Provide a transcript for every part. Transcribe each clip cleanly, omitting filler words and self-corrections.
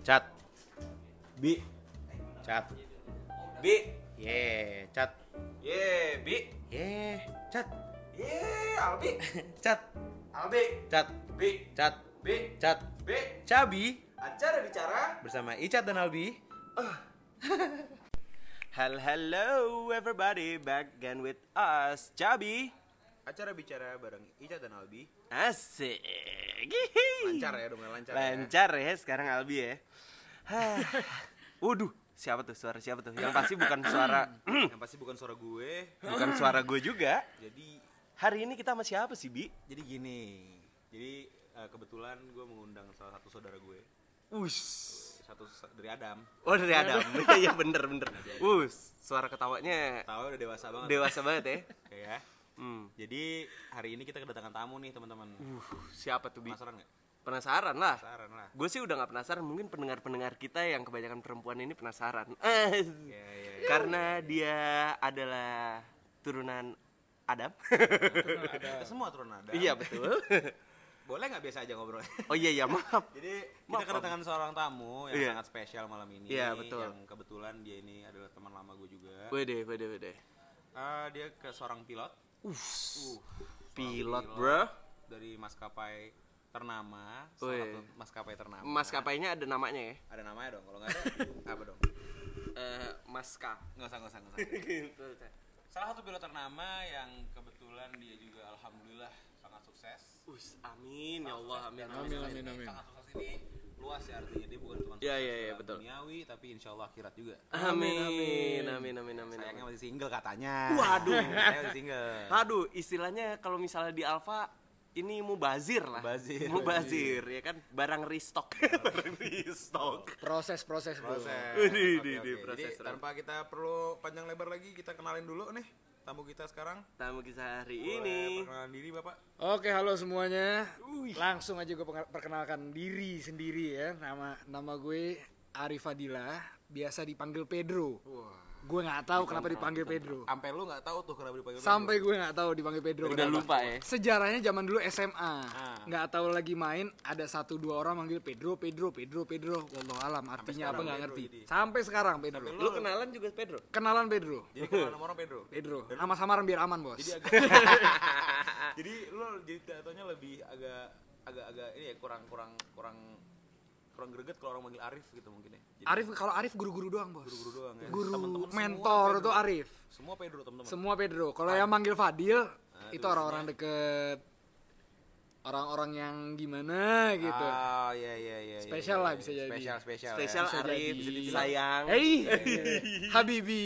Cat. Bi. Cat. Bi. Cat. Bi. Cat. Albi. Cat. Albi. Cat. Bi. Cat. Bi. Cat. Bi. Cabi Acara bicara. bersama Icat dan Albi. Hello everybody, back again with us, Cabi. Acara bicara bareng Ica dan Albi. Asik. Lancar ya, dong lancar. Lancar ya sekarang Albi ya. Waduh, siapa tuh? Suara siapa tuh? Yang pasti bukan suara Yang pasti bukan suara gue. bukan suara gue juga. Jadi Hari ini kita sama siapa sih, Bi? gini. Jadi kebetulan gue mengundang salah satu saudara gue. Satu dari Adam. Oh, dari Adam. Iya bener. Suara ketawanya Tahu udah dewasa banget. dewasa banget ya. Ya. Jadi hari ini kita kedatangan tamu nih teman-teman. Siapa tuh, Bi? Penasaran nggak? Penasaran lah. Penasaran lah. Gue sih udah gak penasaran, mungkin pendengar-pendengar kita yang kebanyakan perempuan ini penasaran. Ya. Karena dia adalah turunan Adam. Kita semua turun Adam. Iya betul. Boleh nggak biasa aja ngobrol? Oh iya maaf. Jadi kita Maaf, kedatangan seorang tamu yang Iya. sangat spesial malam ini. Iya, betul. Yang kebetulan dia ini adalah teman lama gue juga. Wede. Dia seorang pilot. Pilot bro. Dari maskapai ternama. Salah Wih. satu maskapai ternama. Maskapainya ada namanya ya? Ada namanya dong. Kalau nggak ada apa dong? Maska. Nggak usah. Gitu. Salah satu pilot ternama yang kebetulan dia juga alhamdulillah sangat sukses. Amin ya Allah, amin. Sangat sukses ini luas ya artinya, dia bukan cuma Iya, sukses iya, dalam betul. duniawi tapi insya Allah akhirat juga. Amin. Sayangnya masih single katanya. Waduh. Saya masih single. Aduh, istilahnya kalau misalnya di Alfa ini mubazir lah. Mubazir ya kan, barang restock. Barang restock. Proses. Proses. Widih, Oke. proses. Jadi tanpa kita perlu panjang lebar lagi, kita kenalin dulu nih tamu kita sekarang. Tamu kita hari Boleh ini. perkenalan diri Bapak. Oke, halo semuanya. Langsung aja gue perkenalkan diri sendiri ya. Nama gue Arif Fadilah, biasa dipanggil Pedro. Wah. Gue nggak tahu kenapa dipanggil Pedro. Sampai lu nggak tahu tuh kenapa dipanggil Sampai gue nggak tahu dipanggil Pedro. Udah Kenapa? lupa ya. Sejarahnya zaman dulu SMA. Nggak tahu lagi main, ada 1-2 orang manggil Pedro. Wallahu alam artinya apa sekarang nggak Pedro ngerti. jadi. Sampai sekarang Pedro. Lu kenalan juga Pedro? Kenalan Pedro. Jadi kenal nama orang Pedro. Pedro. Nama samaran biar aman, Bos. Jadi agak Jadi lu jadi jatuhnya lebih agak ini ya kurang greget kalau orang manggil Arif gitu mungkin ya. Jadi Arif, kalau Arif guru-guru doang, Bos. guru doang ya. Guru Temen-temen semua mentor Pedro. tuh Arif. Semua Pedro teman-teman. Semua Pedro. Kalau yang manggil Fadil itu itu orang-orang deket, orang-orang yang gimana gitu. Ah, iya. Spesial lah bisa jadi. Spesial. Spesial bisa Arif, jadi. bisa dibilang sayang. Hey, Habibi.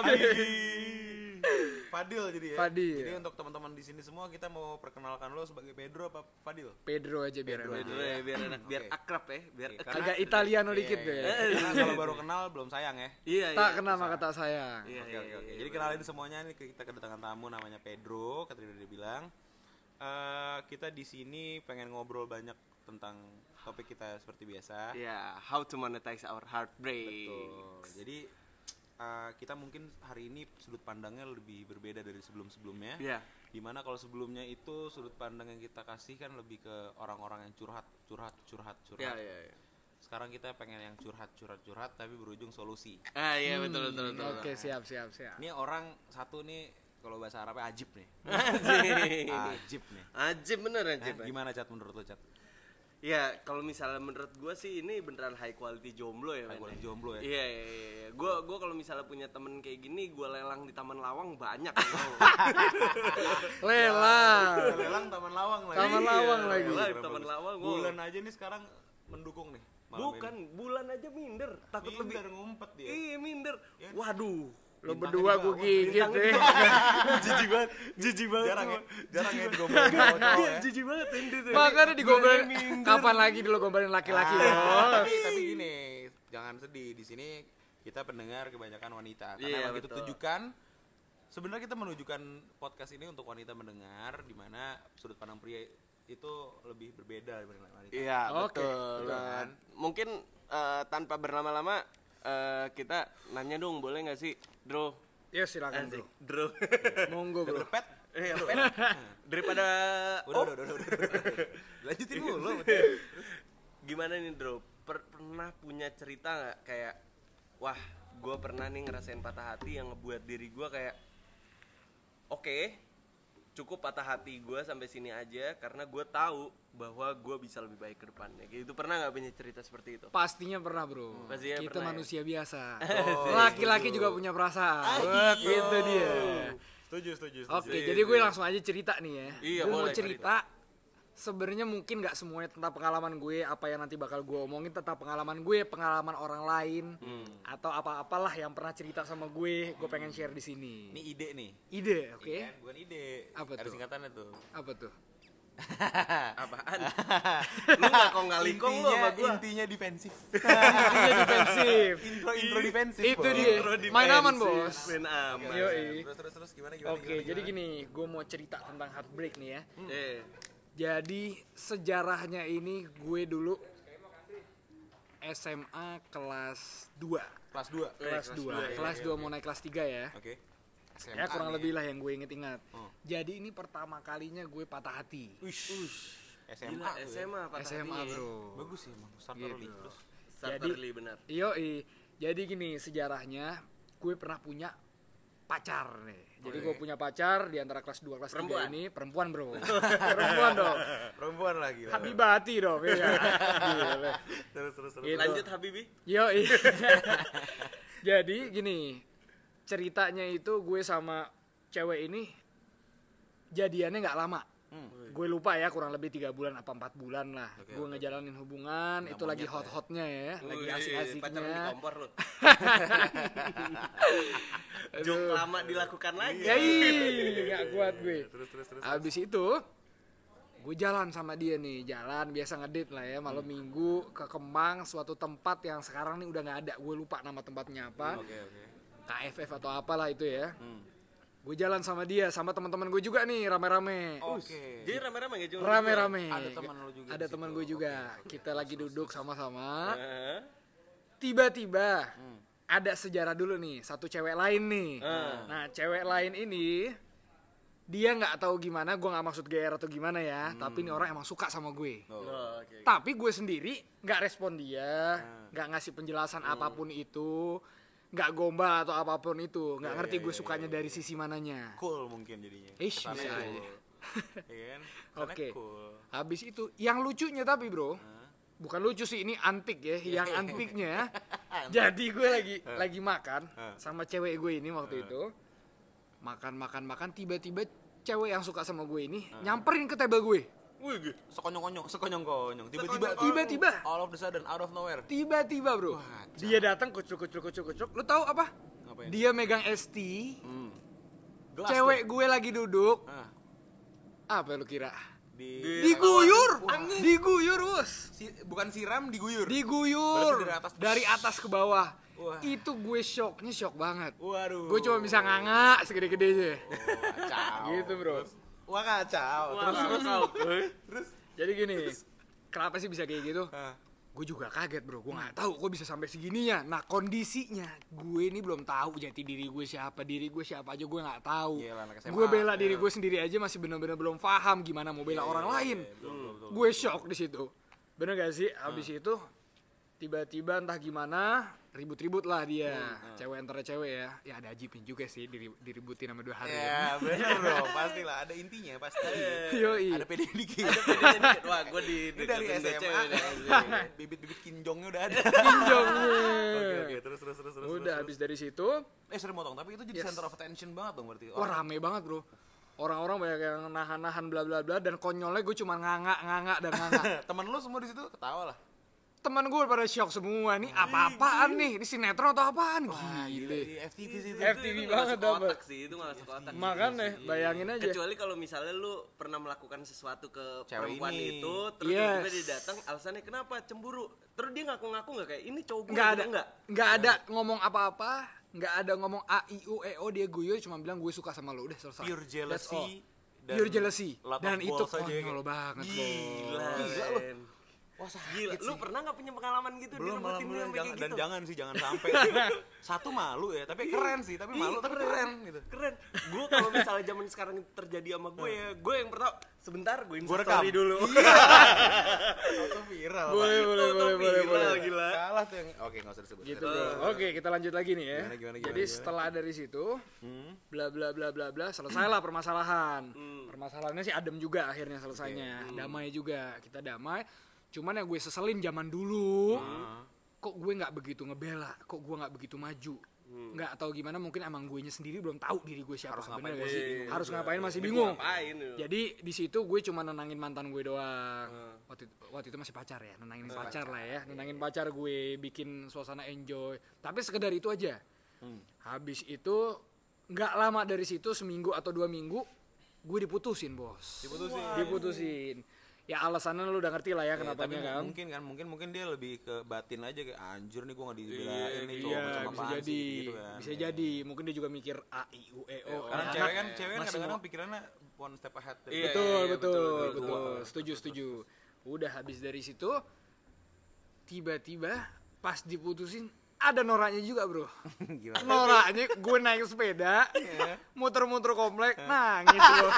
Fadil jadi ya. Fadil. Jadi untuk teman-teman di sini semua kita mau perkenalkan lo sebagai Pedro apa Fadil? Pedro aja biar Pedro enak. Pedro ya, biar enak, biar Oke. akrab ya, biar Oke, akrab. Agak Italiano dikit deh. Karena kalau baru kenal belum sayang ya. Iya. Tak kenal maka tak sayang. Iya. Oke. Jadi kenalin semuanya nih, kita kedatangan tamu namanya Pedro, katanya udah dibilang. Kita di sini pengen ngobrol banyak tentang topik kita seperti biasa. Iya, how to monetize our heartbreak. Betul. Jadi kita mungkin hari ini sudut pandangnya lebih berbeda dari sebelum-sebelumnya. Iya. Dimana kalau sebelumnya itu sudut pandang yang kita kasih kan lebih ke orang-orang yang curhat. Iya. Sekarang kita pengen yang curhat tapi berujung solusi. Ah iya betul. Oke, siap. Ini orang satu nih kalau bahasa Arabnya ajib nih. Ajib nih. Ajib bener ajib. Gimana Cat menurut lo Cat? Ya kalau misalnya menurut gue sih ini beneran high quality jomblo ya. High quality jomblo ya. Iya. Gue kalau misalnya punya temen kayak gini, gue lelang di Taman Lawang banyak. Lelang. Lelang Taman Lawang lagi. Taman Lawang lagi. Lelang di Taman Lawang. Bulan aja nih sekarang mendukung nih. malam Bukan, bulan aja minder. Takut ini. lebih. Minder ngumpet dia. Iya minder. Ya. Waduh. Lo Bintangnya berdua di gue bawah. gigit deh. Jijik banget. Jarang ya digombalin cowok-cowok ya. Jijik banget ini tuh. Makanya digombalin. Kapan lagi dulu gombalin laki-laki, Bos? Tapi gini, jangan sedih. Di sini kita pendengar kebanyakan wanita. Karena Iya, emang itu betul. tujukan. Sebenarnya kita menunjukkan podcast ini untuk wanita mendengar, di mana sudut pandang pria itu lebih berbeda dibanding wanita. Iya, Oke. betul. Kan? Mungkin tanpa berlama-lama kita nanya dong, boleh nggak sih, Dro? Ya silakan, Bro. Dro. Monggo, Bro. Pet. Daripada Udah. Lanjutin dulu. gimana nih, Dro? pernah punya cerita nggak kayak, wah, gue pernah nih ngerasain patah hati yang ngebuat diri gue kayak, oke, cukup patah hati gue sampai sini aja karena gue tahu bahwa gue bisa lebih baik ke depannya. Gitu, pernah nggak punya cerita seperti itu? Pastinya pernah, bro. Pastinya Kita pernah, manusia biasa. Oh. Laki-laki juga punya perasaan. Itu dia. Setuju. Oke, jadi gue langsung aja cerita nih ya. Iya, Gue mau boleh, cerita. Sebenarnya mungkin nggak semuanya tentang pengalaman gue, apa yang nanti bakal gue omongin tentang pengalaman gue, pengalaman orang lain, atau apa-apalah yang pernah cerita sama gue pengen share di sini. Ini ide nih. Ide, oke? Iya kan? Bukan ide. Apa Ada tuh? singkatannya tuh. Apa tuh? Apaan? Lu nggak kong-kali-kong lu sama gue? Intinya defensif. Intinya defensif. intro defensif. Itu Bos. dia. Main aman, bos. Main aman. Yoi. Terus gimana? Oke, jadi gini, gue mau cerita tentang heartbreak nih ya. Eh, Jadi sejarahnya ini gue dulu SMA kelas 2. Kelas 2. Kelas 2 mau naik kelas 3 ya. Oke. Ya kurang lebih lah yang gue inget-ingat. Oh. Jadi ini pertama kalinya gue patah hati. SMA. gila, tuh ya. SMA patah SMA, hatinya. bro. Bagus sih emang. Start Gitu. early. Terus. Start Jadi- early, benar. Yoi. Jadi gini sejarahnya, gue pernah punya pacar nih. Jadi gue punya pacar di antara kelas 2 kelas 3 Perempuan? ini, perempuan, bro. Perempuan dong. Perempuan lagi. Habibati dong, ya. Gila. Terus. Gitu. Lanjut Habibi. Yoi. Jadi gini, ceritanya itu gue sama cewek ini jadiannya nggak lama. Gue lupa ya, kurang lebih 3 bulan apa 4 bulan lah. Gue ngejalanin hubungan, itu lagi hot-hotnya ya, lagi Pacaran di asik-asiknya. kompor lu. Jok lama dilakukan lagi. Ya nggak kuat gue. Terus. Abis itu gue jalan sama dia nih, jalan biasa ngedate lah ya, malam minggu ke Kemang, suatu tempat yang sekarang nih udah nggak ada. Gue lupa nama tempatnya apa. Oke. KFF atau apalah itu ya. Gue jalan sama dia, sama teman-teman gue juga nih, rame-rame. Oke. Jadi rame-rame gak cuma Rame-rame. Ada teman lu juga. Ada di teman situ. gue juga. Oke. Kita lagi duduk sama-sama. Heeh. Tiba-tiba ada sejarah dulu nih, satu cewek lain nih. Nah, cewek lain ini dia nggak tahu gimana, gue nggak maksud GR atau gimana ya, tapi ini orang emang suka sama gue. Oh, oke. Tapi gue sendiri nggak respon dia, nggak ngasih penjelasan apapun itu, nggak gombal atau apapun itu, nggak ngerti gue sukanya dari sisi mananya. Cool mungkin jadinya. Ish, Kesannya bisa cool. aja. Iya kan? Kesannya Oke. Cool. Habis itu, yang lucunya tapi bro, bukan lucu sih, ini antik ya, yang antiknya. Jadi gue lagi makan sama cewek gue ini waktu itu, makan, tiba-tiba cewek yang suka sama gue ini nyamperin ke table gue. Wih, Sekonyong-konyong. Tiba-tiba, All of the sudden, out of nowhere. tiba-tiba bro, dia datang kucuk. Lu tahu apa? Ngapain? Dia megang ST, Gelas cewek tuh. gue lagi duduk. Ah, Apa lu kira? Diguyur, Diguyur bos. bukan siram, diguyur. Diguyur Berarti dari atas ke bawah. Wah. Itu gue shocknya shock banget. Waduh. Gue cuma bisa nganga segede-gedenya. Kacau. Gitu bro. Wah kacau. Terus. Jadi gini, kenapa sih bisa kayak gitu? Ah. Gue juga kaget bro, gue nggak tahu kok bisa sampai segininya. Nah kondisinya, gue ini belum tahu jati diri gue siapa aja gue nggak tahu. Iyalah, anak SMA. Gue bela diri gue sendiri aja masih bener-bener belum paham gimana mau bela orang lain. Gue shock di situ. Bener gak sih? Habis itu tiba-tiba entah gimana ribut-ribut lah dia, cewek antara cewek ya. Ya ada ajibnya juga sih diributin sama 2 hari. Ya bener dong, pastilah ada intinya pasti. Yoi. Ada pede dikit. Wah, gue Ini dari SMA. Bibit-bibit kinjongnya udah ada. Pinjongnya. Oke, terus. Udah habis dari situ, Sorry motong, tapi itu jadi Yes. center of attention banget dong berarti. wah rame banget bro. Orang-orang banyak yang nahan-nahan bla bla bla dan konyolnya gue cuma nganga. Temen lu semua di situ ketawa lah. Teman gue pada shock semua nih, apa-apaan nih? Ini sinetron atau apaan? Gila, Gile. di FTV sih itu. FTV banget dapet. sih, itu nggak masuk otak. Makanya bayangin aja. Kecuali kalau misalnya lu pernah melakukan sesuatu ke Cewek perempuan ini. itu, terus Yes. tiba-tiba dia datang, alasannya kenapa? Cemburu. Terus dia ngaku-ngaku nggak kayak ini cowok gue Nggak gitu, ada, nggak ada ngomong apa-apa, nggak ada ngomong a i u e o, dia guyur cuma bilang gue suka sama lo, udah selesai. Pure That's all. jealousy. Pure jealousy lot dan of itu balls aja konyol kayak- banget bro. Gila Gila lu. men. Wah Gila, sakit lu sih. pernah nggak punya pengalaman gitu Belum malam direbutin belum sampai kayak dan gitu? jangan sih jangan sampai. Satu malu ya, tapi keren sih, tapi malu tapi keren gitu. Keren. Gue kalau misalnya zaman sekarang itu terjadi sama gue ya, gue yang pertama sebentar gue Gua instastory rekam. dulu. Auto viral. Boleh, Pak. boleh, Auto boleh, boleh, viral, boleh. Gila. Salah tuh yang oke enggak usah disebut. Gitu bro. Oke, kita lanjut lagi nih ya. Gimana. Jadi setelah dari situ, bla bla bla bla bla, selesailah permasalahan. Permasalahannya sih adem juga akhirnya selesainya. Damai juga, kita damai. Cuman yang gue seselin zaman dulu, kok gue nggak begitu ngebela, kok gue nggak begitu maju. Nggak tahu gimana, mungkin emang gue nya sendiri belum tahu diri gue siapa. Harus Bener ngapain gak sih? bingung. Harus ngapain masih Ini bingung. Ngapain lu? Jadi di situ gue cuma nenangin mantan gue doang. Waktu itu masih pacar ya, nenangin pacar lah ya, nenangin pacar gue, bikin suasana enjoy. Tapi sekedar itu aja. Habis itu nggak lama dari situ, seminggu atau 2 minggu, gue diputusin bos. Diputusin. Ya alasannya lu udah ngerti lah ya kenapa tapi kan. mungkin dia lebih ke batin aja kayak anjir nih gue nggak dibelain nih cowok Iya, macam bisa apaan jadi, sih gitu kan. bisa jadi. Mungkin dia juga mikir A I U E O. Karena Anak- cewek kan masih kadang-kadang mau- pikirannya one step ahead. Iya, betul, iya, betul, betul. setuju. Udah habis dari situ, tiba-tiba pas diputusin ada noraknya juga bro. Gimana? Noraknya gue naik sepeda, muter-muter komplek, nangis bos.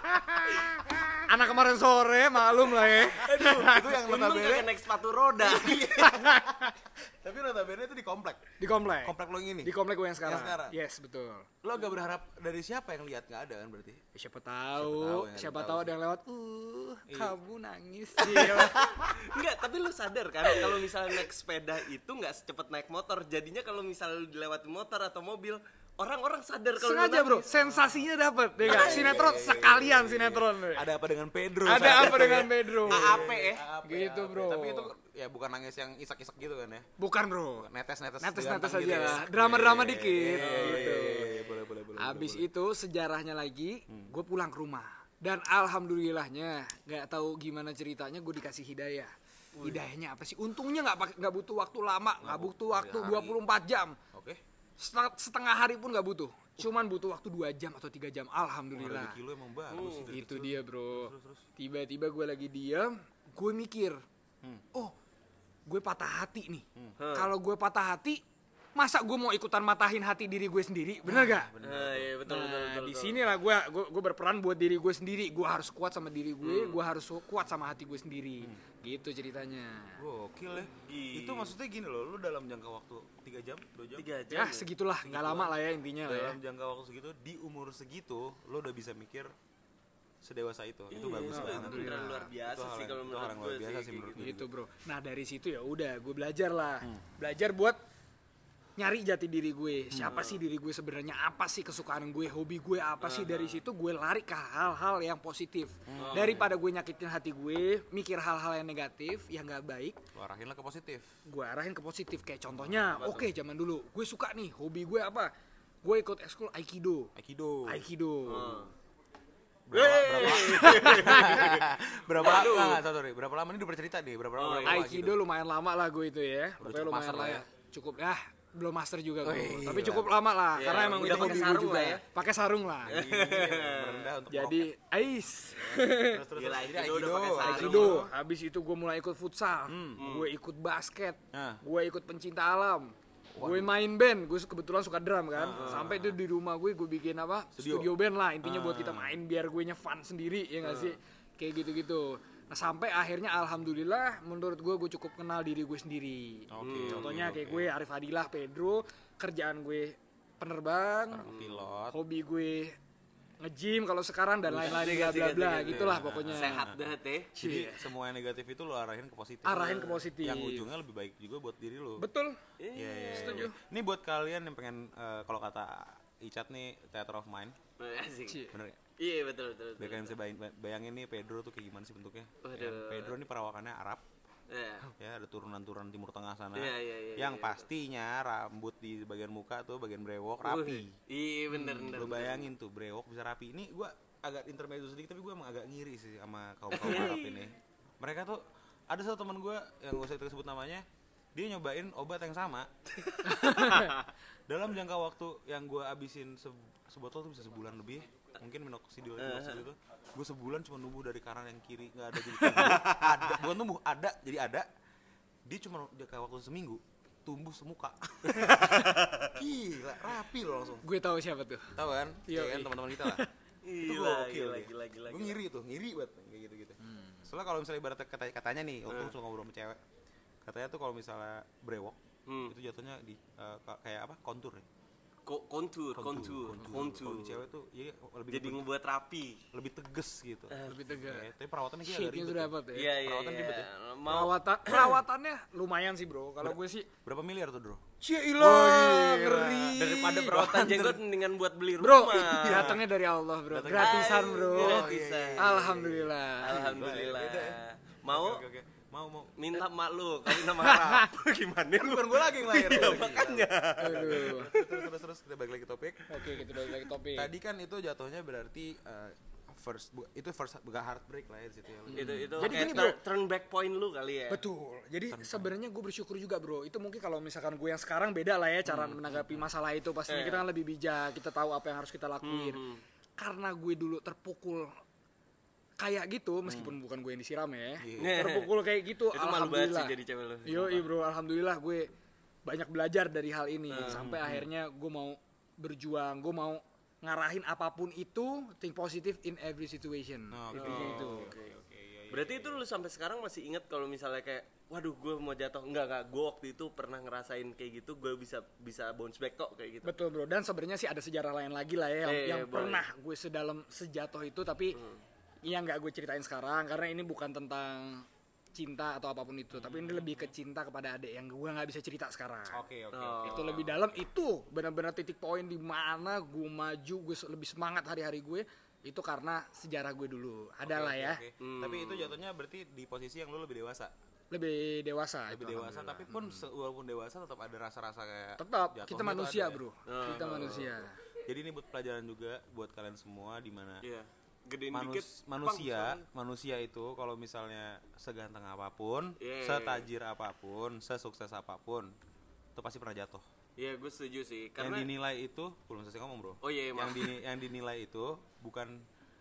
Anak kemarin sore, maklum lah ya. Itu yang Untung notabene, kagak naik sepatu roda. tapi notabene itu di komplek. Di komplek. Komplek lo yang ini. Di komplek gue yang sekarang. Yang sekarang. Yes, betul. Lo gak berharap dari siapa yang lihat, nggak ada kan berarti? Ya, siapa tahu Siapa tahu ada yang lewat. Iya. Kamu nangis. Gila. Enggak, tapi lu sadar kan kalau misalnya naik sepeda itu nggak secepat naik motor. Jadinya kalau misalnya lu dilewati motor atau mobil, orang-orang sadar kalau lu Sengaja bro, nangis. sensasinya dapet. Ya nggak? Sinetron sekalian sinetron. Ada apa dengan Pedro? Ada saat apa itu dengan ya? Pedro? AAP ya. AAP, Gitu, AAP. bro. Tapi itu ya bukan nangis yang isak-isak gitu kan ya? Bukan bro. Netes-netes. Netes-netes ganteng aja gitu lah. ya? Drama-drama Iya, dikit. iya, iya, Gitu. iya, boleh. Abis itu sejarahnya lagi, gue pulang ke rumah. Dan alhamdulillahnya, nggak tahu gimana ceritanya, gue dikasih hidayah. Hidayahnya apa sih? Untungnya nggak butuh waktu lama, nggak butuh waktu 24 jam. Oke. Setengah hari pun nggak butuh. Cuman butuh waktu 2 jam atau 3 jam. Alhamdulillah. Rezeki lu emang bagus. dari Itu kecil. dia bro. Terus. Tiba-tiba gue lagi diam, gue mikir, oh, gue patah hati nih. Kalau gue patah hati, masa gue mau ikutan matahin hati diri gue sendiri, bener gak? Iya betul betul Nah, betul. di sinilah gue berperan buat diri gue sendiri. Gue harus kuat sama diri gue harus kuat sama hati gue sendiri. Gitu ceritanya. Gokil ya. Itu maksudnya gini loh, lu dalam jangka waktu 3 jam, 2 jam. 3 jam. Ya segitulah, nggak lama lah ya intinya lah ya. Dalam jangka waktu segitu, di umur segitu, lo udah bisa mikir sedewasa itu. Itu bagus Itu banget. beneran luar biasa Itu hal sih yang- kalau itu hal menurut yang gue luar biasa sih kayak menurut gue. Gitu bro. Nah dari situ ya udah gue belajar lah. Belajar buat nyari jati diri gue. Siapa sih diri gue sebenarnya? Apa sih kesukaan gue? Hobi gue apa sih? Dari situ gue lari ke hal-hal yang positif. Daripada gue nyakitin hati gue, mikir hal-hal yang negatif, yang gak baik, Lo arahinlah ke positif. gue arahin ke positif. Kayak contohnya, oke zaman dulu gue suka nih, hobi gue apa? Gue ikut ekskul Aikido. Aikido. Berapa sorry, berapa lama ini udah bercerita nih? Berapa lama Aikido lumayan lama lah gue itu ya. Udah Pokoknya cukup lumayan master lah lah ya. Cukup ya. Belum master juga gue. iya. Tapi cukup lama lah Iya, karena emang udah itu pakai hobi gue sarung juga. lah ya. Pakai sarung lah. Merendah untuk Jadi ais. terus Gila, jadi Aikido udah pakai sarung. Aikido. Habis itu gue mulai ikut futsal. Gue ikut basket. Nah. Gue ikut pencinta alam. Gue main band, gue kebetulan suka drum kan. Sampai itu di rumah gue bikin apa? Studio band lah. Intinya buat kita main biar gue nya fun sendiri ya nggak sih? Kayak gitu-gitu. Nah sampai akhirnya alhamdulillah menurut gue cukup kenal diri gue sendiri. Contohnya kayak gue Arif Adilah, Pedro, kerjaan gue penerbang, pilot. hobi gue nge-gym kalau sekarang dan lain-lain bla bla bla gitulah pokoknya. Sehat banget ya. Jadi semua yang negatif itu lo arahin ke positif. Arahin ke positif. Yang ujungnya lebih baik juga buat diri lo. Betul. Iya. Setuju. Ini buat kalian yang pengen kalau kata Icat nih theater of mind, Asik. bener ya? Iya betul betul. Biar kalian bisa bayangin nih Pedro tuh kayak gimana sih bentuknya. Waduh. Ya, Pedro nih perawakannya Arab. Iya. Ya ada turunan-turunan Timur Tengah sana. Iya, yang pastinya rambut di bagian muka tuh bagian brewok rapi. Iya bener bener. Lo bayangin tuh brewok bisa rapi. Ini gua agak intermezzo sedikit tapi gua emang agak ngiri sih sama kaum Arab ini. Mereka tuh ada satu teman gua yang gak usah kita sebut namanya, dia nyobain obat yang sama. Dalam jangka waktu yang gua abisin sebotol tuh bisa sebulan lebih. mungkin minoxidil itu gue sebulan cuma tumbuh dari kanan yang kiri nggak ada jadi tumbuh ada bukan tumbuh ada jadi ada dia cuma kayak waktu seminggu tumbuh semuka gila rapi loh langsung Gue tahu siapa tuh. tahu kan Iya, ya kan iya. teman-teman kita lah itu gila gue ngiri banget kayak gitu soalnya kalau misalnya ibarat katanya nih waktu suka ngobrol sama cewek katanya tuh kalau misalnya brewok itu jatuhnya di kayak apa kontur ya kontur. kalau di cewek tuh ya lebih Jadi ngebuat rapi. lebih tegas gitu Lebih tegas. ya, tapi perawatannya kayak agak Shape-nya ribet tuh ya. dapat ya. Iya. Perawatan ribet ya? Mau Perawatannya lumayan sih bro. Kalau gue sih, berapa miliar tuh bro? Cila, ngeri. daripada perawatan jenggot mendingan buat beli Bro, rumah. datangnya dari Allah bro. Gratisan bro. Gratisan. Alhamdulillah. Alhamdulillah. Beda ya. Mau Oke. mau minta mak lu kali nama harap. Gimana lu? bukan gue lagi yang lahir Makanya. Aduh. terus kita balik lagi ke topik Oke, kita balik lagi topik. tadi kan itu jatuhnya berarti first bukan heartbreak lah ya di situ ya Itu Jadi kayak gini, bro. turn back point lu kali ya. Betul. Jadi sebenarnya gue bersyukur juga bro. Itu mungkin kalau misalkan gue yang sekarang beda lah ya cara menanggapi masalah itu. Pastinya kita kan lebih bijak. Kita tahu apa yang harus kita lakuin. Karena gue dulu terpukul kayak gitu, meskipun bukan gue yang disiram ya. Terpukul kayak gitu. Itu malu banget Alhamdulillah. sih jadi cewek lu. Yoi bro, alhamdulillah gue banyak belajar dari hal ini. Sampai akhirnya gue mau berjuang. Gue mau ngarahin apapun itu, think positive in every situation. Gitu. Berarti itu lu sampai sekarang masih inget kalau misalnya kayak waduh gue mau jatuh enggak gue waktu itu pernah ngerasain kayak gitu gue bisa bounce back kok kayak gitu. Betul bro, dan sebenarnya sih ada sejarah lain lagi lah ya yang boleh. pernah gue sedalam sejatuh itu, tapi yang nggak gue ceritain sekarang karena ini bukan tentang cinta atau apapun itu, tapi ini lebih ke cinta kepada adik yang gue nggak bisa cerita sekarang. Oke. Itu lebih dalam, itu benar-benar titik poin di mana gue maju, gue lebih semangat hari-hari gue itu karena sejarah gue dulu. Adalah ya. Oke. Tapi itu jatuhnya berarti di posisi yang lu lebih dewasa. Lebih dewasa. Lebih itu, dewasa, tapi pun walaupun dewasa tetap ada rasa-rasa kayak tetap jatuhnya kita tuh manusia ada ya. bro. Kita manusia. Jadi ini buat pelajaran juga buat kalian semua di mana Iya. Gedein dikit. manusia itu kalau misalnya seganteng apapun, Yeah. setajir apapun, sesukses apapun, itu pasti pernah jatuh. Iya gue setuju sih Yang karena dinilai itu belum selesai ngomong bro. Oh iya, maaf. yang dinilai itu bukan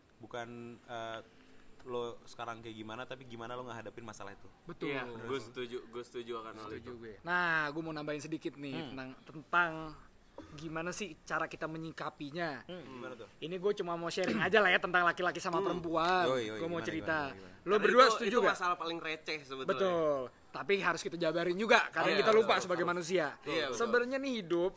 lo sekarang kayak gimana, tapi gimana lo ngehadapin masalah itu. Betul. iya gue setuju akan hal itu. Setuju gue. Nah, gue mau nambahin sedikit nih tentang gimana sih cara kita menyikapinya. Gimana tuh? Ini gue cuma mau sharing aja lah ya tentang laki-laki sama perempuan. Yoi, Gue mau gimana, cerita. gimana. Lo Karena berdua itu setuju gak? masalah paling receh sebetulnya. Betul. Tapi harus kita jabarin juga karena Iya, kita lupa betul, sebagai manusia. Iya, betul. Sebenarnya nih hidup,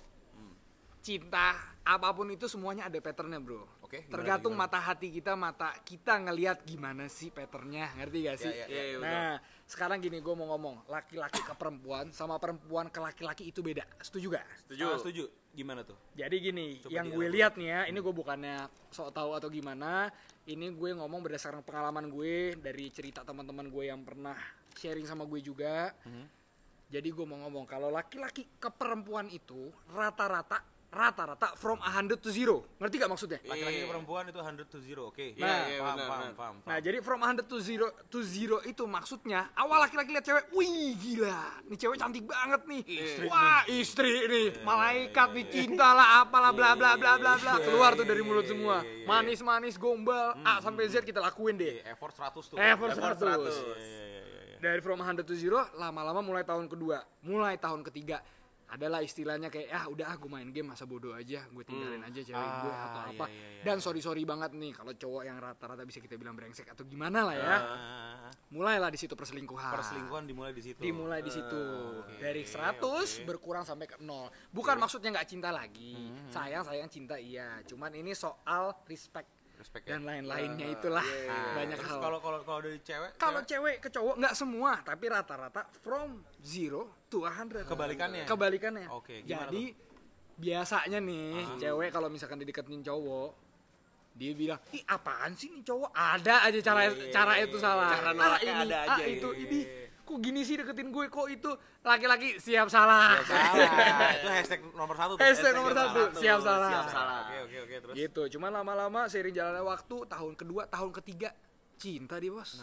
cinta, apapun itu semuanya ada patternnya bro. Oke, gimana, Tergantung gimana? mata kita ngelihat gimana sih patternnya, ngerti gak sih? Iya, iya, Nah, sekarang gini gue mau ngomong, laki-laki ke perempuan sama perempuan ke laki-laki itu beda. Setuju gak? Setuju. Gimana tuh? Jadi gini, Coba yang gue lihat nih ya, ini gue bukannya sok tahu atau gimana, ini gue ngomong berdasarkan pengalaman gue dari cerita teman-teman gue yang pernah sharing sama gue juga. Jadi gue mau ngomong kalau laki-laki ke perempuan itu rata-rata from 100 to 0. Ngerti gak maksudnya? Laki-laki ke perempuan itu 100 to 0, oke. Iya, paham. Nah, jadi from 100 to 0 itu maksudnya awal laki-laki lihat cewek, wih gila, nih cewek cantik banget nih. Wah, istri nih, malaikat nih, cinta lah, apalah bla bla bla bla bla. Keluar tuh dari mulut semua. Manis-manis gombal, A sampai Z kita lakuin deh. Effort 100 tuh. Effort 100. Iya. Dari from 100 to 0, lama-lama mulai tahun kedua, mulai tahun ketiga adalah istilahnya kayak udah gue main game masa bodoh aja, gue tinggalin aja cewek gue atau apa. Iya. Dan sorry banget nih kalau cowok yang rata-rata bisa kita bilang brengsek atau gimana lah ya. Mulailah di situ perselingkuhan. Perselingkuhan dimulai di situ. Dimulai di situ. Dari 100 berkurang sampai ke 0. Bukan maksudnya nggak cinta lagi. Sayang cinta iya. Cuman ini soal respect ya. dan lain-lainnya itulah banyak Terus hal. kalau dari cewek, Kalau cewek ke cowok nggak semua, tapi rata-rata from 0 to 100. Kebalikannya. Oke, gimana Jadi biasanya nih cewek kalau misalkan dideketin cowok, dia bilang, "Ih, apaan sih nih cowok? Ada aja cara itu salah. Cara nolaknya ada aja, ini kok gini sih deketin gue, kok itu laki-laki siap salah." itu hashtag nomor 1 tuh. Hashtag nomor 1, siap salah. Siap salah. Oke, terus. Gitu. Cuman lama-lama seiring jalannya waktu, tahun kedua, tahun ketiga cinta dia bos.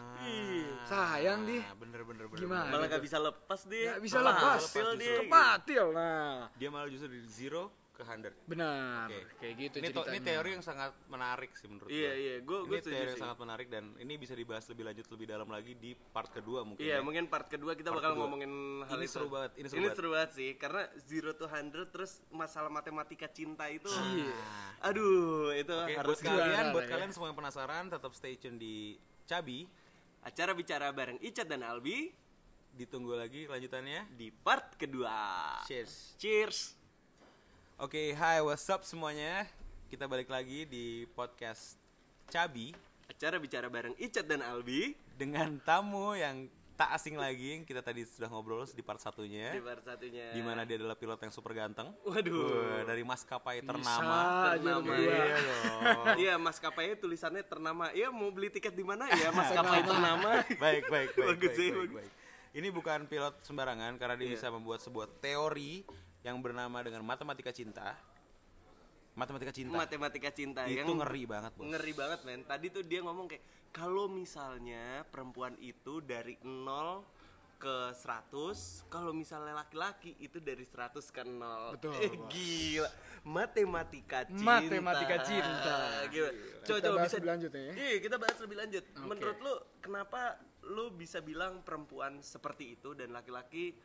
Sayang dia. Bener. Gimana? Malah gak bisa lepas dia. Nggak bisa lepas. Kepatil dia. Kepatil. Nah, Dia malah justru dari 0 ke 100. Benar. Oke. Kayak gitu Ini ceritanya. teori yang sangat menarik sih menurut Iya, gue Ini setuju teori yang sih. sangat menarik dan ini bisa dibahas lebih lanjut lebih dalam lagi di part kedua mungkin. Iya, ya. mungkin part kedua kita Part bakal kedua. ngomongin hal Ini itu. seru banget, ini seru Ini banget. seru banget sih, karena 0 to 100 terus masalah matematika cinta itu. Iya. Aduh, itu Oke, harus juara buat ya. kalian semua yang penasaran tetap stay tune di Cabi. acara bicara bareng Icat dan Albi Ditunggu lagi lanjutannya. di part kedua. Cheers. Cheers. Oke, hi, what's up semuanya? Kita balik lagi di podcast Cabi Acara bicara bareng Icat dan Albi dengan tamu yang tak asing lagi yang kita tadi sudah ngobrol di part satunya. di part satunya. Di mana dia adalah pilot yang super ganteng. Waduh. Wah, dari maskapai Bisa ternama. aja Ternama. lu berdua. Iya dong. Iya, maskapainya tulisannya ternama. Iya, mau beli tiket di mana ya? Maskapai ternama. Baik. Bagus sih, bagus. Ini bukan pilot sembarangan karena dia Iya. bisa membuat sebuah teori yang bernama dengan matematika cinta. Matematika cinta. Matematika cinta Itu yang ngeri banget, Bos. ngeri banget, men. Tadi tuh dia ngomong kayak kalau misalnya perempuan itu dari 0 ke 100, kalau misalnya laki-laki itu dari 100 ke 0. Betul, Bos. Gila. Matematika cinta. Matematika cinta. Gila. Kita Coba bahas bisa lebih lanjut ya. Iya, kita bahas lebih lanjut. Oke. Menurut lu kenapa lu bisa bilang perempuan seperti itu dan laki-laki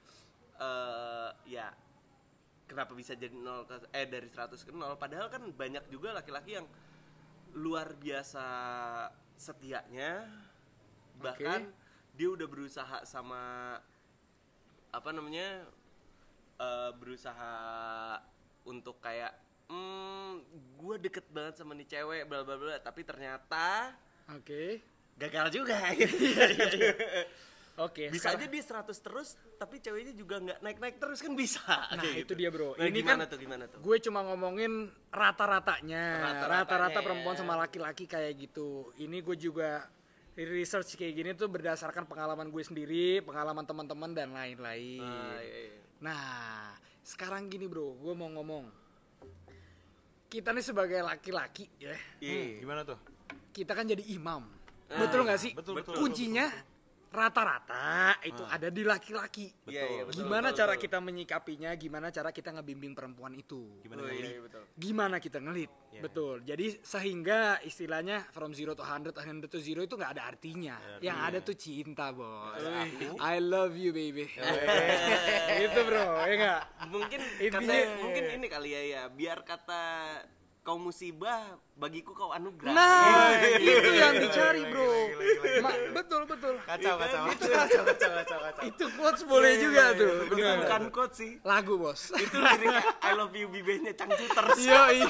ya kenapa bisa jadi dari 100 ke 0 padahal kan banyak juga laki-laki yang luar biasa setianya, bahkan dia udah berusaha sama apa namanya berusaha untuk kayak gue deket banget sama nih cewek bla bla bla, tapi ternyata Oke. gagal juga gitu. Oke. Bisa sekarang- aja dia 100 terus tapi ceweknya juga nggak naik-naik terus kan bisa. Nah, Kayak itu dia, Bro. Nah, Ini gimana kan gimana tuh? Gue cuma ngomongin rata-ratanya. Rata-rata ya. perempuan sama laki-laki kayak gitu. Ini gue juga research kayak gini tuh berdasarkan pengalaman gue sendiri, pengalaman teman-teman dan lain-lain. Iya. Nah, sekarang gini, Bro, gue mau ngomong. Kita nih sebagai laki-laki ya, Iya. Gimana tuh? kita kan jadi imam. Betul nggak sih? Betul. Kuncinya rata-rata itu ada di laki-laki. Iya, betul, Gimana betul, cara betul. kita menyikapinya? Gimana cara kita ngebimbing perempuan itu? Gimana Oh, Meli? iya, betul. Gimana kita ngelit? Iya. Betul. Jadi sehingga istilahnya from 0 to 100, 100 to 0 itu nggak ada artinya. Yang ada tuh cinta, bos. I love you, baby. Itu, bro. Ya nggak? Mungkin Intinya- mungkin ini kali ya, biar kata kau musibah bagiku kau anugerah. Nah, Iya. itu yang dicari, bro. Betul. Kacau. Itu quotes boleh juga tuh. Itu Bener. bukan quote sih. Lagu, bos. Itu lirik I love you Bibe-nya Cangcuters. Yoi.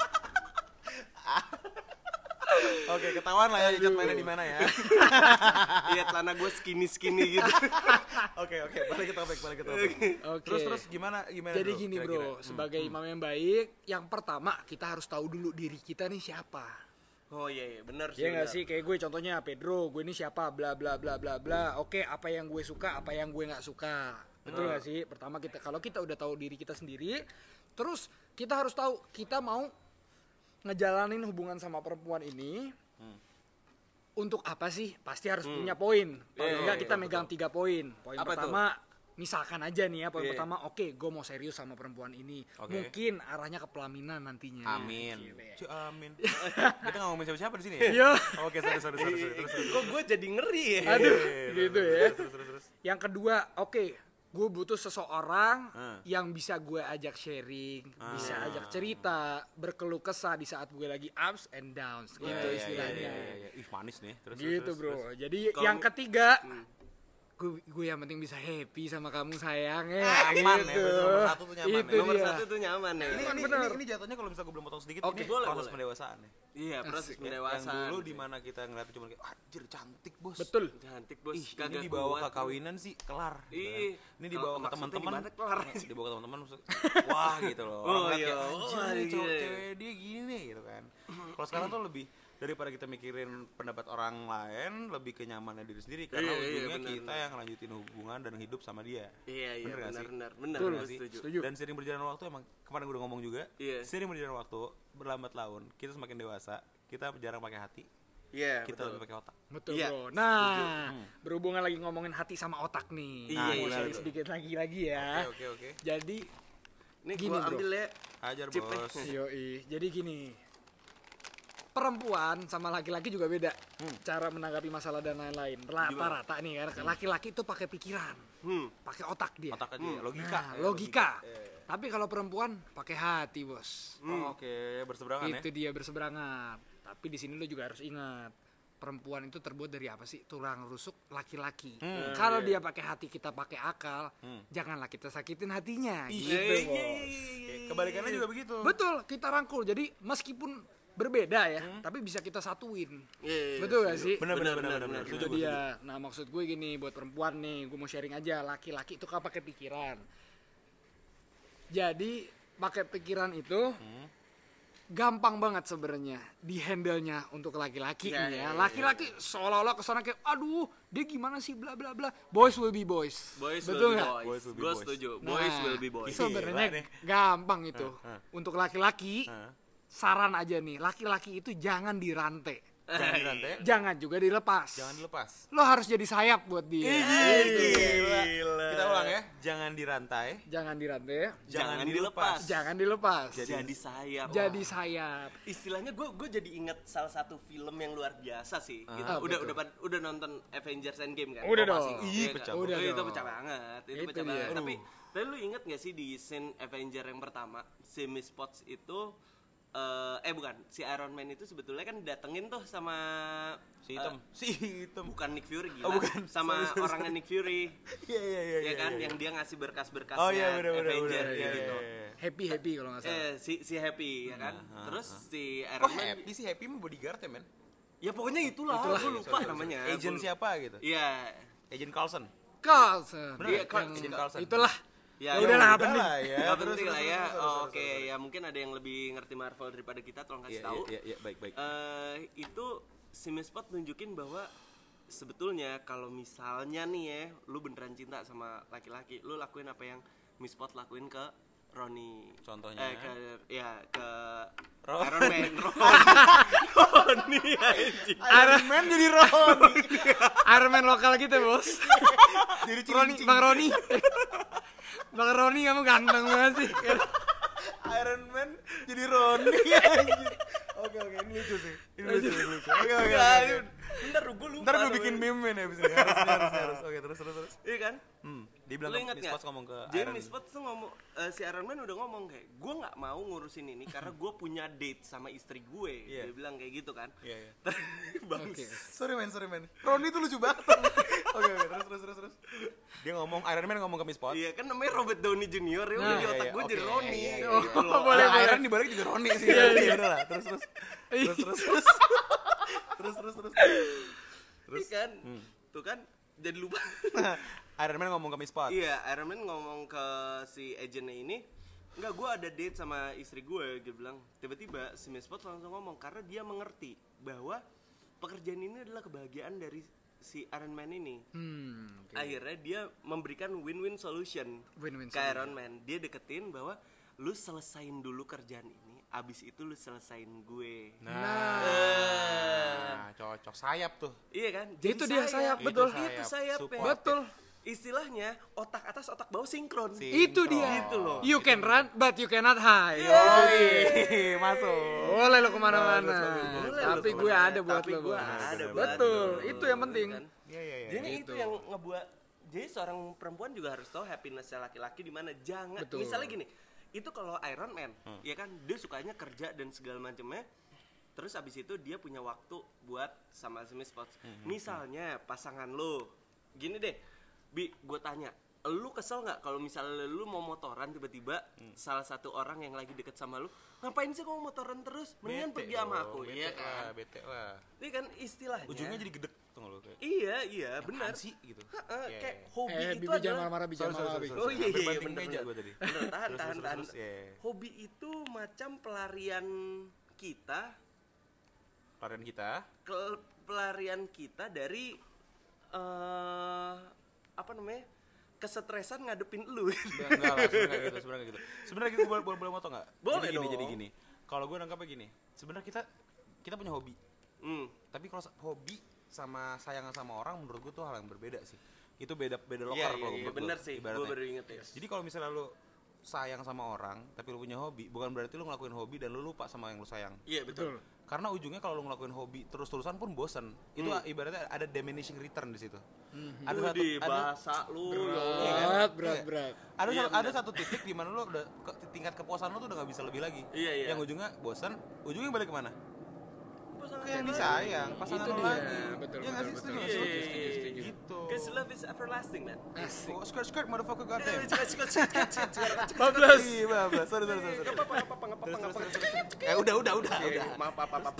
Oke, ketahuan lah ya Icat mainnya di mana ya. Iya, celana gue skinny gitu. Oke, balik ke topik. Oke. Terus gimana Jadi bro, gini, kira-kira? bro, sebagai imam yang baik, yang pertama kita harus tahu dulu diri kita nih siapa. Oh iya, benar sih. Iya nggak benar. sih, kayak gue contohnya Pedro, gue ini siapa, bla bla bla bla bla. Oke, apa yang gue suka, apa yang gue nggak suka, betul nggak sih? Pertama kalau kita udah tahu diri kita sendiri, terus kita harus tahu kita mau ngejalanin hubungan sama perempuan ini untuk apa sih? Pasti harus punya poin. Paling nggak kita megang 3 poin. Poin Apa pertama, misalkan aja nih ya, poin Iya. pertama, oke, gue mau serius sama perempuan ini. Oke. Mungkin arahnya ke pelaminan nantinya. Amin. Gile. Amin. Kita nggak ngomongin siapa-siapa di sini ya? Iya. Oke, sorry. Terus. Kok gue jadi ngeri ya? Aduh, gitu ya. Terus. Yang kedua, oke, gue butuh seseorang Ah. yang bisa gue ajak sharing, bisa ajak cerita, berkeluh kesah di saat gue lagi ups and downs, gitu Iya, istilahnya. iya. Ih, manis nih. Terus. Gitu, terus. bro. Jadi Kalau yang mi- ketiga, gue yang penting bisa happy sama kamu sayang ya. Aman ya, gitu. betul. Nomor 1 tuh nyaman Itu ya. Nomor dia. 1 tuh nyaman ya. Ini jatuhnya kalau misalnya gue belum potong sedikit, Oke, ini boleh, proses boleh. pendewasaan ya. Iya, proses Yang pendewasaan. dulu dimana kita ngeliat cuma kayak, anjir cantik bos. Betul. Cantik bos. Ih, kagak ini dibawa kuat. ke kawinan sih kelar. gitu Iya. kan. Ini dibawa ke Maksudnya teman-teman. gimana kelar? Dibawa ke teman-teman maksud, wah gitu loh. Oh, Orang ngeliat iya. kayak, anjir Wah, nih cowok iya. cewek dia gini nih gitu kan. Kalau sekarang tuh lebih daripada kita mikirin pendapat orang lain, lebih ke nyamannya diri sendiri karena Iya, iya, ujungnya benar, kita yang lanjutin hubungan dan hidup sama dia. Iya, Bener nggak sih? benar. Betul, Gue sih? setuju. Setuju. Dan sering berjalan waktu emang kemarin gue udah ngomong juga. Iya. Sering berjalan waktu, berlambat laun, kita semakin dewasa, kita jarang pakai hati, Iya, kita betul. lebih pakai otak. Betul, Iya, bro. Nah, berhubungan lagi ngomongin hati sama otak nih. Iya, Nah, iya, mau sharing betul. sedikit lagi ya. Oke. Jadi Nih Gini, gua bro. ambil ya. Ajar Cip, bos. Yoi. Jadi gini. Perempuan sama laki-laki juga beda cara menanggapi masalah dan lain-lain. Rata-rata nih kan laki-laki itu pakai pikiran, pakai otak dia. Otak aja ya, logika. Nah, logika. Tapi kalau perempuan pakai hati, bos. Oh, oke, berseberangan ya. Itu dia berseberangan. Tapi di sini lo juga harus ingat, perempuan itu terbuat dari apa sih? Tulang rusuk laki-laki. Kalau dia pakai hati, kita pakai akal, janganlah kita sakitin hatinya. Gitu, bos. Oke, kebalikannya juga begitu. Betul, kita rangkul. Jadi meskipun berbeda ya, tapi bisa kita satuin. Iya, Betul gak sih? Benar. Itu dia. Nah, maksud gue gini, buat perempuan nih, gue mau sharing aja. Laki-laki itu kan pakai pikiran. Jadi pakai pikiran itu gampang banget sebenarnya di handle-nya untuk laki-laki nih ya. Laki-laki seolah-olah kesana kayak, aduh, dia gimana sih, bla bla bla. Boys will be boys. Betul nggak? Boys will be Gue boys. setuju. Nah, Boys will be boys. Sebenarnya Gila nih. gampang itu. Untuk laki-laki, saran aja nih, laki-laki itu jangan dirantai. Jangan dirantai. Jangan juga dilepas. Jangan dilepas. Lo harus jadi sayap buat dia. Gila. Kita ulang ya. Jangan dirantai. Jangan dirantai. Jangan dilepas. Jangan dilepas. Jadi sayap. Jadi sayap. Istilahnya gue jadi inget salah satu film yang luar biasa sih. Gitu. Udah nonton Avengers Endgame kan? Udah Oh, pasti. dong. Iya Ih, kan? pecah. Udah Itu dong. pecah banget. Itu Itu pecah dia. banget. Tapi lu inget gak sih di scene Avenger yang pertama, si Miss Potts itu bukan, si Iron Man itu sebetulnya kan datengin tuh sama Si hitam. bukan Nick Fury gila. Oh, bukan. Sama Sorry. orangnya Nick Fury. Iya. Ya kan yang dia ngasih berkas-berkasnya Oh iya, benar. Avenger Iya, gitu. iya. Happy kalau nggak salah. Si Happy ya kan. Terus si Kok Iron Man happy sih? Happy mah bodyguard ya, men? ya pokoknya itulah. Gue lupa namanya. Agent siapa gitu? Iya. Agent Coulson. Carlson. Iya, Agent Coulson. Itulah. Ya, Ya udah lah, penting. ya. Nggak penting lah ya. Oke, ya mungkin ada yang lebih ngerti Marvel daripada kita, tolong kasih tahu. Iya, baik. Itu si Miss Pot nunjukin bahwa sebetulnya kalau misalnya nih ya, lu beneran cinta sama laki-laki, lu lakuin apa yang Miss Pot lakuin ke Ronnie. Contohnya? Ke Ron. Iron Man. Ronnie anjing. Iron Man jadi Ron. Iron Man lokal gitu, bos. Jadi Bang Roni. Bang Roni kamu ganteng banget sih. Iron Man jadi Ronnie anjir. Oke, ini lucu sih. Ini lucu. Oke. Bentar, gue lupa. Ntar gue bikin meme nih abis ini. Harus. Oke, terus. Iya kan? Dia bilang Lu ingat Miss nggak? Potts ngomong ke Jadi Iron Miss Potts tuh ngomong, si Iron Man udah ngomong kayak, gue nggak mau ngurusin ini karena gue punya date sama istri gue. Iya. Dia bilang kayak gitu kan. Iya. Oke. Sorry man. Ronnie tuh lucu banget. Oke, terus. Dia ngomong, Iron Man ngomong ke Miss Potts. Iya kan namanya Robert Downey Jr. Ya udah di otak gue jadi Ronnie. Iya. Gitu loh. Boleh. Iron dibalik juga Ronnie sih. Iya, udah lah. Terus. Iya kan? Tuh kan jadi lupa. Iron Man ngomong ke Miss Potts. Iya, Iron Man ngomong ke si agentnya ini, enggak, gue ada date sama istri gue. Dia bilang, tiba-tiba si Miss Potts langsung ngomong karena dia mengerti bahwa pekerjaan ini adalah kebahagiaan dari si Iron Man ini. Okay. Akhirnya dia memberikan win-win solution Win-win ke Iron Man. Dia deketin bahwa lu selesain dulu kerjaan ini, abis itu lu selesain gue. Nah, cocok sayap tuh. Iya kan? Itu dia sayap, betul. Itu sayap. Support. Betul. Istilahnya otak atas otak bawah sinkron. Itu dia. Gitu loh. You can run, but you cannot hide. Oke, masuk. Boleh lo kemana-mana. Boleh Tapi lo gue kemana, ada buat tapi lo. gue Bos. ada buat Betul. lo. Itu yang penting. Kan? Iya. Jadi itu yang ngebuat. Jadi seorang perempuan juga harus tahu happiness-nya laki-laki di mana. Jangan. Betul. Misalnya gini. Itu kalau Iron Man, ya kan dia sukanya kerja dan segala macamnya. Terus abis itu dia punya waktu buat sama si Miss Potts. Misalnya pasangan lo, gini deh, Bi, gue tanya, lu kesel nggak kalau misalnya lu mau motoran tiba-tiba salah satu orang yang lagi deket sama lu, ngapain sih kamu motoran terus? Mendingan Bete pergi sama dong, aku, bete iya lah, kan? bete lah. Ini kan istilahnya. Ujungnya jadi gedek tuh lo kayak. Iya, benar. Apaan sih gitu. Kayak hobi itu Bibi jangan adalah. marah-marah, bicara marah. Bi. Oh iya, Hampir banting bener. meja gua tadi. Bener, tahan. Terus, iya. Hobi itu macam pelarian kita, Pelarian kita. pelarian kita dari apa namanya, kesetresan ngadepin lu. Enggak lah, sebenarnya gitu. Sebenarnya gitu boleh moto enggak? Boleh jadi gini, dong. Jadi gini. Kalau gue nangkapnya gini, sebenarnya kita punya hobi. Tapi kalau hobi sama sayang sama orang menurut gue tuh hal yang berbeda sih. Itu beda lokal kalau menurut gue. Bener sih, gue baru inget ya. Jadi kalau misalnya lu sayang sama orang tapi lu punya hobi, bukan berarti lu ngelakuin hobi dan lu lupa sama yang lu sayang. Iya betul. Karena ujungnya kalau lu ngelakuin hobi terus-terusan pun bosen. Itu ibaratnya ada diminishing return di situ. Ada bahasa lu berat. Ada satu titik di mana lu udah tingkat kepuasan lu tuh udah nggak bisa lebih lagi. Iya. Yang ujungnya bosen, ujungnya balik kemana? Pasangan Kayak lu disayang, pasangan Itu lu dia. lagi. Betul, Iya nggak sih? betul, Setuju, betul. setuju, Iya. setuju. Gitu. Cause love is everlasting, man. Asik. Oh, skirt motherfucker goddamn. Bablas. Iya, bablas. Sorry. Udah. Maaf.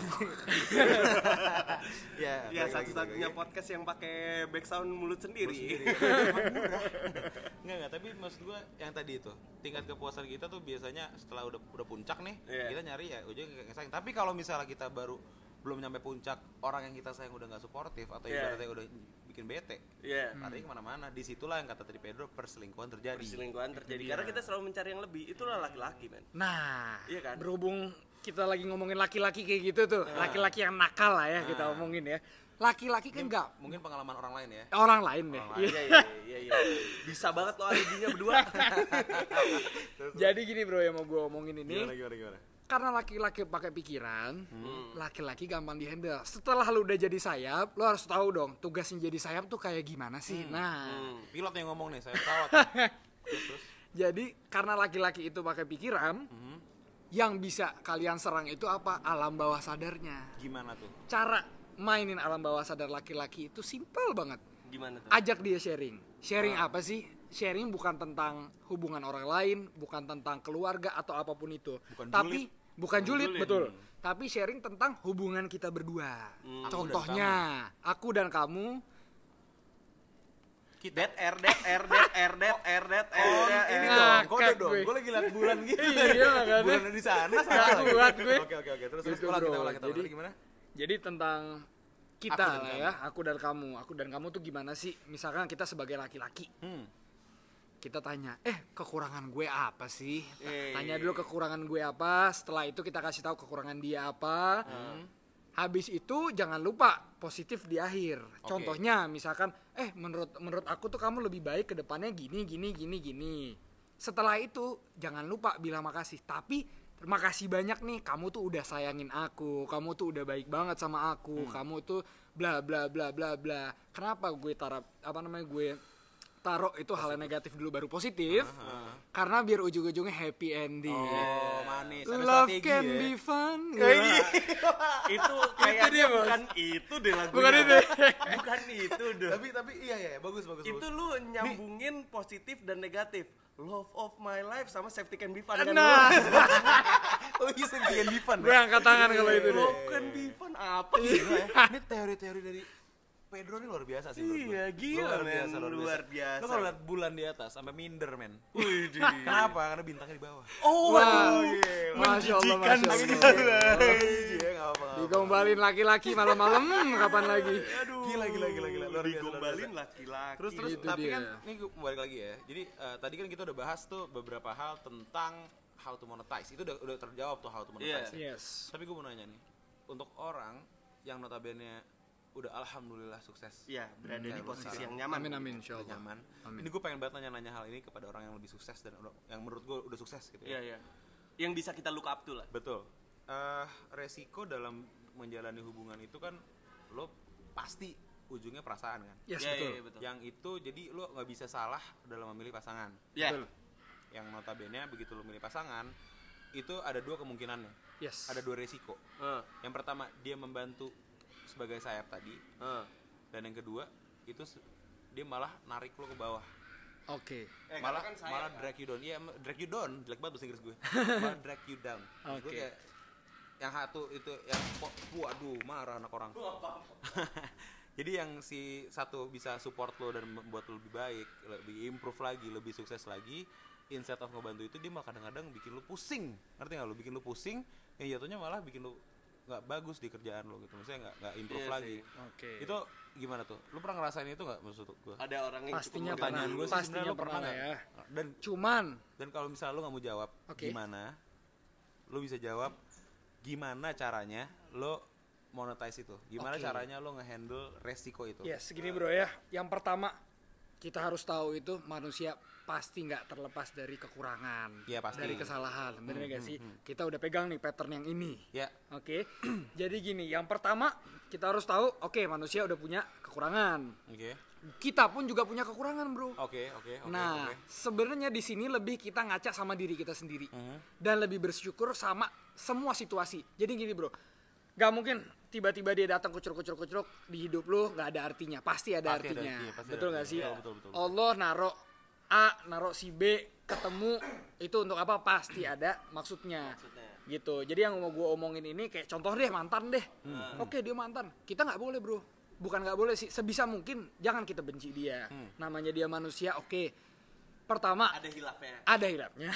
Ya, Ya balik lagi, satu-satunya balik lagi. podcast yang pakai background mulut sendiri. Enggak, tapi maksud gua yang tadi itu tingkat kepuasan kita tuh biasanya setelah udah puncak nih, Iya. kita nyari ya ujungnya kayak sayang. Tapi kalau misalnya kita baru belum nyampe puncak, orang yang kita sayang udah nggak suportif atau Iya. ibaratnya udah bikin bete, Iya. larinya kemana-mana. Disitulah yang kata tadi Pedro, perselingkuhan terjadi. Perselingkuhan terjadi karena kita selalu mencari yang lebih. Itulah laki-laki, man. Nah, Iya kan? berhubung kita lagi ngomongin laki-laki kayak gitu tuh, laki-laki yang nakal lah ya kita omongin ya. Laki-laki kan enggak Mungkin pengalaman orang lain ya. orang lain deh. Orang lain. Iya. Bisa banget lo alibinya berdua. Jadi gini bro yang mau gue omongin ini, Gimana? karena laki-laki pakai pikiran, laki-laki gampang dihandle. Setelah lu udah jadi sayap, lu harus tahu dong tugasnya jadi sayap tuh kayak gimana sih. Nah, Pilot yang ngomong nih, saya pesawat. Terus. jadi karena laki-laki itu pakai pikiran, yang bisa kalian serang itu apa? Alam bawah sadarnya. Gimana tuh? Cara mainin alam bawah sadar laki-laki itu simple banget. Gimana tuh? Ajak dia sharing. Sharing apa sih? Sharing bukan tentang hubungan orang lain, bukan tentang keluarga atau apapun itu. Bukan julid, betul. Tapi sharing tentang hubungan kita berdua. Contohnya, aku dan kamu. Dead air. Ini Nah, dong, kode cut dong. gue. Gue lagi liat bulan gitu. Iya, makanya. Bulan di sana Gak salah. kuat gue. Oke. Terus Gitu, ulang bro. kita. Jadi- Gimana? Jadi tentang kita Aku dan lah ya, aku dan kamu. Aku dan kamu tuh gimana sih? Misalkan kita sebagai laki-laki. Kita tanya, kekurangan gue apa sih? Tanya dulu kekurangan gue apa, setelah itu kita kasih tahu kekurangan dia apa. Habis itu jangan lupa positif di akhir. Contohnya misalkan, menurut aku tuh kamu lebih baik ke depannya gini. Setelah itu jangan lupa bilang makasih. Tapi terima kasih banyak nih, kamu tuh udah sayangin aku, kamu tuh udah baik banget sama aku, kamu tuh bla bla bla bla bla. Kenapa gue taruh itu hal yang negatif dulu baru positif? Karena biar ujung-ujungnya happy ending. Oh, manis. Ada Love strategi can ya. be fun. Itu kayaknya dia, Bos. bukan itu deh lagunya. Bukan itu. Bukan itu deh. Tapi iya, bagus. Itu lu nyambungin positif dan negatif. Love of my life sama safety can be fun kan Nah, Oh iya, saya bikin Divan. gue angkat tangan kalau itu deh. Love can be fun apa sih? Ini teori-teori dari Pedro ini luar biasa sih menurut Iya, gue. gila, men. Luar biasa. Lo kalau lihat bulan di atas sampai minder, men. Widih. Kenapa? Karena bintangnya di bawah. Oh, Wah, gila. Masya Allah, Masya Allah. Iya, enggak apa-apa. Digombalin laki-laki malam-malam, kapan lagi? Aduh. Gila. Luar biasa. Digombalin laki-laki. Terus Itu tapi dia. kan ini gue balik lagi ya. Jadi tadi kan kita udah bahas tuh beberapa hal tentang how to monetize. Itu udah terjawab tuh how to monetize. Iya. Yes. Tapi gue mau nanya nih, untuk orang yang notabene udah alhamdulillah sukses. Iya, berada di Kayak posisi sekarang. yang nyaman. Amin, Udah insyaallah. nyaman. Amin. Ini gue pengen banget nanya hal ini kepada orang yang lebih sukses dan yang menurut gue udah sukses gitu ya. Iya. Yang bisa kita look up to lah. Betul. Resiko dalam menjalani hubungan itu kan lo pasti ujungnya perasaan kan. Yes, Iya, betul. iya, betul. Yang itu jadi lo nggak bisa salah dalam memilih pasangan. Iya. Betul. Yang notabene begitu lo milih pasangan itu ada dua kemungkinannya. Yes. Ada dua resiko. Yang pertama dia membantu sebagai sayap tadi. Dan yang kedua itu dia malah narik lo ke bawah. Oke. Malah kan saya, malah kan? drag you down. Iya, drag you down. Jelek banget bahasa Inggris gue. Malah drag you down. Maksud gue Oke. kayak yang satu itu yang waduh marah anak orang. Jadi yang si satu bisa support lo dan membuat lo lebih baik, lebih improve lagi, lebih sukses lagi. Instead of ngebantu itu dia malah kadang-kadang bikin lo pusing. Ngerti nggak lo? Bikin lo pusing, yang jatuhnya malah bikin lo nggak bagus di kerjaan lo gitu. Maksudnya nggak improve Iya lagi. sih. Oke. Itu gimana tuh? Lo pernah ngerasain itu nggak maksud gue? Ada orang yang Pastinya cukup Pertanyaan mengganggu. gue sih Pastinya sebenarnya lo pernah pernah nggak? ya. Dan Cuman kalau misalnya lo nggak mau jawab, Oke. gimana? Lo bisa jawab gimana caranya lo monetize itu? Gimana Oke. caranya lo ngehandle resiko itu? ya segini bro ya. Yang pertama kita harus tahu itu manusia pasti nggak terlepas dari kekurangan, Iya, pasti. dari kesalahan, bener gak sih? Kita udah pegang nih pattern yang ini. Ya. Oke, jadi gini, yang pertama kita harus tahu, oke, manusia udah punya kekurangan. Oke. Kita pun juga punya kekurangan, bro. Oke. Nah, sebenarnya di sini lebih kita ngaca sama diri kita sendiri dan lebih bersyukur sama semua situasi. Jadi gini, bro, gak mungkin tiba-tiba dia datang kucuruk di hidup lu nggak ada artinya. Pasti ada Pasti ada artinya. artinya, pasti Betul ada nggak sih? artinya. Betul. Allah naruh A, naruh si B, ketemu itu untuk apa? Pasti ada maksudnya. Gitu. Jadi yang mau gue omongin ini kayak contoh deh mantan deh. Oke, dia mantan. Kita nggak boleh, bro. Bukan nggak boleh sih. Sebisa mungkin jangan kita benci dia. Namanya dia manusia. Oke. Pertama Ada hilafnya. ada hilapnya.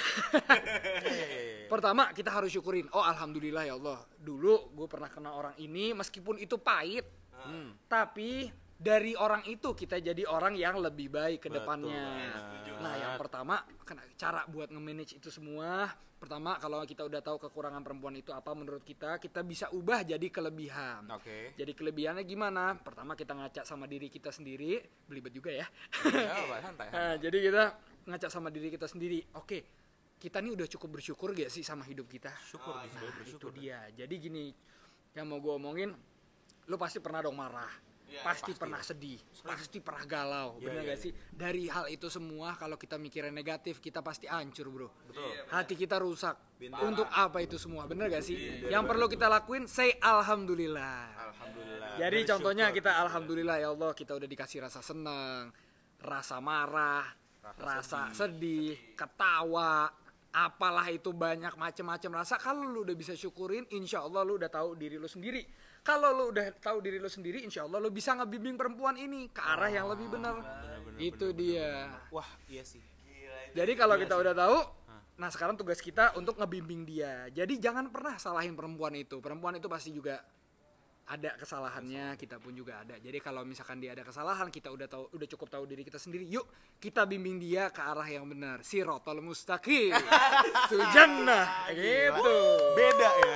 Pertama kita harus syukurin. Oh, alhamdulillah ya Allah. Dulu gue pernah kenal orang ini meskipun itu pahit. Tapi dari orang itu kita jadi orang yang lebih baik ke depannya. Nah, yang pertama cara buat nge-manage itu semua. Pertama, kalau kita udah tahu kekurangan perempuan itu apa menurut kita bisa ubah jadi kelebihan. Oke. Jadi kelebihannya gimana? Pertama kita ngaca sama diri kita sendiri, belibet juga ya. Ya, santai. Nah, jadi kita ngaca sama diri kita sendiri. Oke, kita nih udah cukup bersyukur gak sih sama hidup kita? Syukur, Nah, bersyukur. itu dia. Jadi gini, yang mau gue omongin, lu pasti pernah dong marah. Pasti pernah sedih, pasti pernah galau, bener gak sih? Dari hal itu semua kalau kita mikirnya negatif, kita pasti hancur, bro. Betul. Hati kita rusak. Untuk apa itu semua, bener gak sih? Yang perlu kita lakuin, say alhamdulillah. Alhamdulillah. Jadi contohnya kita alhamdulillah ya Allah, kita udah dikasih rasa senang, rasa marah, rasa sedih, ketawa, apalah itu banyak macam-macam rasa. Kalau lu udah bisa syukurin, insya Allah lu udah tahu diri lu sendiri. Kalau lu udah tahu diri lu sendiri, insya Allah lu bisa ngebimbing perempuan ini ke arah yang lebih benar. Itu dia. Wah, iya sih. Jadi kalau kita udah tahu, nah sekarang tugas kita untuk ngebimbing dia. Jadi jangan pernah salahin perempuan itu. Perempuan itu pasti juga ada kesalahannya, kita pun juga ada. Jadi kalau misalkan dia ada kesalahan, kita udah cukup tahu diri kita sendiri. Yuk, kita bimbing dia ke arah yang benar. Sirotol mustaqim. Sujannah. Gitu. Beda ya.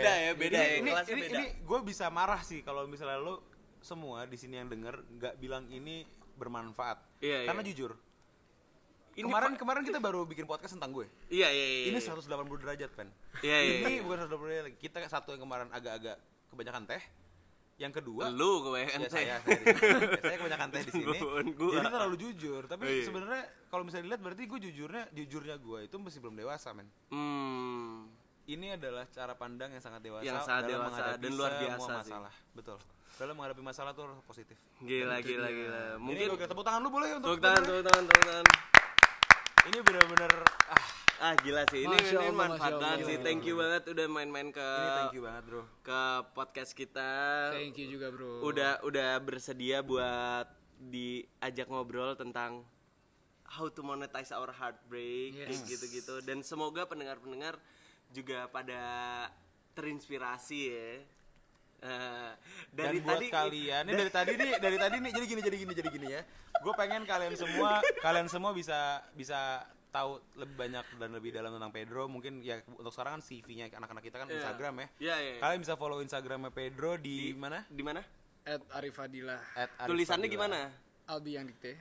Ini gue bisa marah sih kalau misalnya lo semua di sini yang denger nggak bilang ini bermanfaat. Iya, Karena iya. jujur. Ini Kemarin kita baru bikin podcast tentang gue. Iya. Ini 180 derajat, Pen. Iya. Ini bukan 180 derajat lagi. Kita satu yang kemarin agak-agak kebanyakan teh. Yang kedua, Lu kebanyakan ya teh. saya kebanyakan teh di sini. Bukan gua. Jadi terlalu jujur. Tapi Oh, iya. sebenarnya kalau misalnya dilihat berarti gue jujurnya gue itu masih belum dewasa, men. Ini adalah cara pandang yang sangat dewasa Yang sangat dalam dewasa menghadapi dan luar biasa semua sih. masalah. Betul. Dalam menghadapi masalah tuh harus positif. Gila. Mungkin gue tepuk tangan lu boleh untuk Tepuk tangan. Ini benar-benar Gila sih. Ini Masya Allah, manfaat Masya banget Allah. sih. Thank you banget udah main-main ke ini thank you banget, Bro. ke podcast kita. Thank you juga, bro. Udah bersedia buat diajak ngobrol tentang how to monetize our heartbreak, kayak Yes. gitu-gitu. Dan semoga pendengar-pendengar juga pada terinspirasi ya. Dan buat kalian, ini dari tadi nih jadi gini ya. Gue pengen kalian semua bisa tahu lebih banyak dan lebih dalam tentang Pedro. Mungkin ya untuk sekarang kan CV-nya anak-anak kita kan Instagram ya. Iya. Kalian bisa follow Instagramnya Pedro di mana? Di mana? @arifadillah. Tulisannya gimana? Albi yang dikte.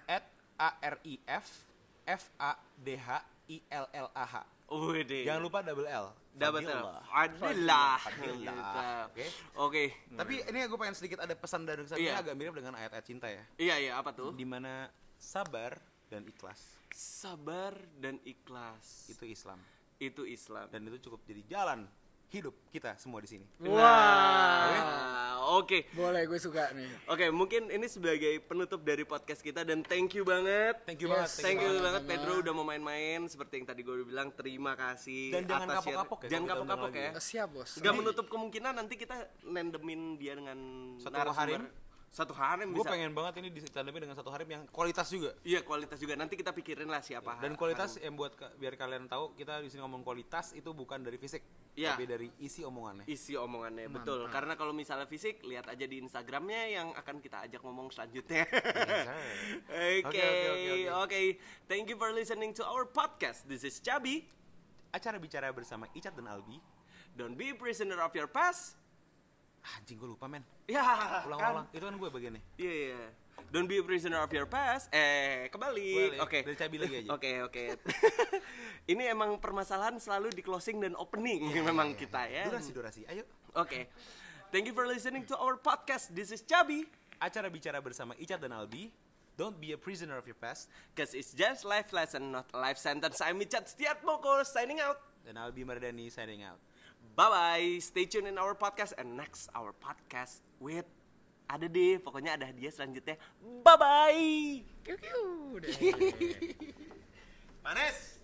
@ARIFFADHILLAH. Wede. Jangan lupa double L. Dapat Fadillah. Fadillah. Oke. Oke. Tapi ini gue pengen sedikit ada pesan dari saya Iya. agak mirip dengan ayat-ayat cinta ya. Iya, apa tuh? Dimana sabar dan ikhlas Sabar dan ikhlas. itu Islam. Itu Islam. Dan itu cukup jadi jalan hidup kita semua di sini. Wah. Oke. Boleh, gue suka nih. Oke, mungkin ini sebagai penutup dari podcast kita dan thank you banget. Thank you Yes. banget. Thank you banget, banget sama. Pedro udah mau main-main seperti yang tadi gue udah bilang. Terima kasih. Dan jangan atas share- kapok-kapok ya, Jangan kalau kita kapok-kapok undang ya. lagi Siap, bos. Gak menutup kemungkinan nanti kita nandemin dia dengan Satu narasumber. harim. Satu harim Gue bisa. pengen banget ini ditandemi dengan satu harim yang kualitas juga. Iya, kualitas juga. Nanti kita pikirin lah siapa. Dan kualitas yang buat biar kalian tahu kita di sini ngomong kualitas itu bukan dari fisik, Iya. tapi dari isi omongannya. Isi omongannya, betul. Karena kalau misalnya fisik, lihat aja di Instagramnya yang akan kita ajak ngomong selanjutnya. Oke. Oke. Thank you for listening to our podcast. This is Chabi. Acara bicara bersama Icat dan Albi. Don't be a prisoner of your past. Anjing gue lupa men. Ya, Ulang-ulang. Itu kan gue bagiannya. Iya. Don't be a prisoner of your past. Kembali. Oke. Dari Cabi lagi aja. Oke. Ini emang permasalahan selalu di closing dan opening memang kita ya. Durasi. Ayo. Oke. Thank you for listening to our podcast. This is Cabi. Acara bicara bersama Icat dan Albi. Don't be a prisoner of your past. Cause it's just life lesson, not a life sentence. I'm Icat Setiatmoko signing out. Dan Albi Mardani signing out. Bye-bye. Stay tuned in our podcast. And next our podcast with... Ada deh, pokoknya ada hadiah selanjutnya. Bye-bye. Kiu. Panes.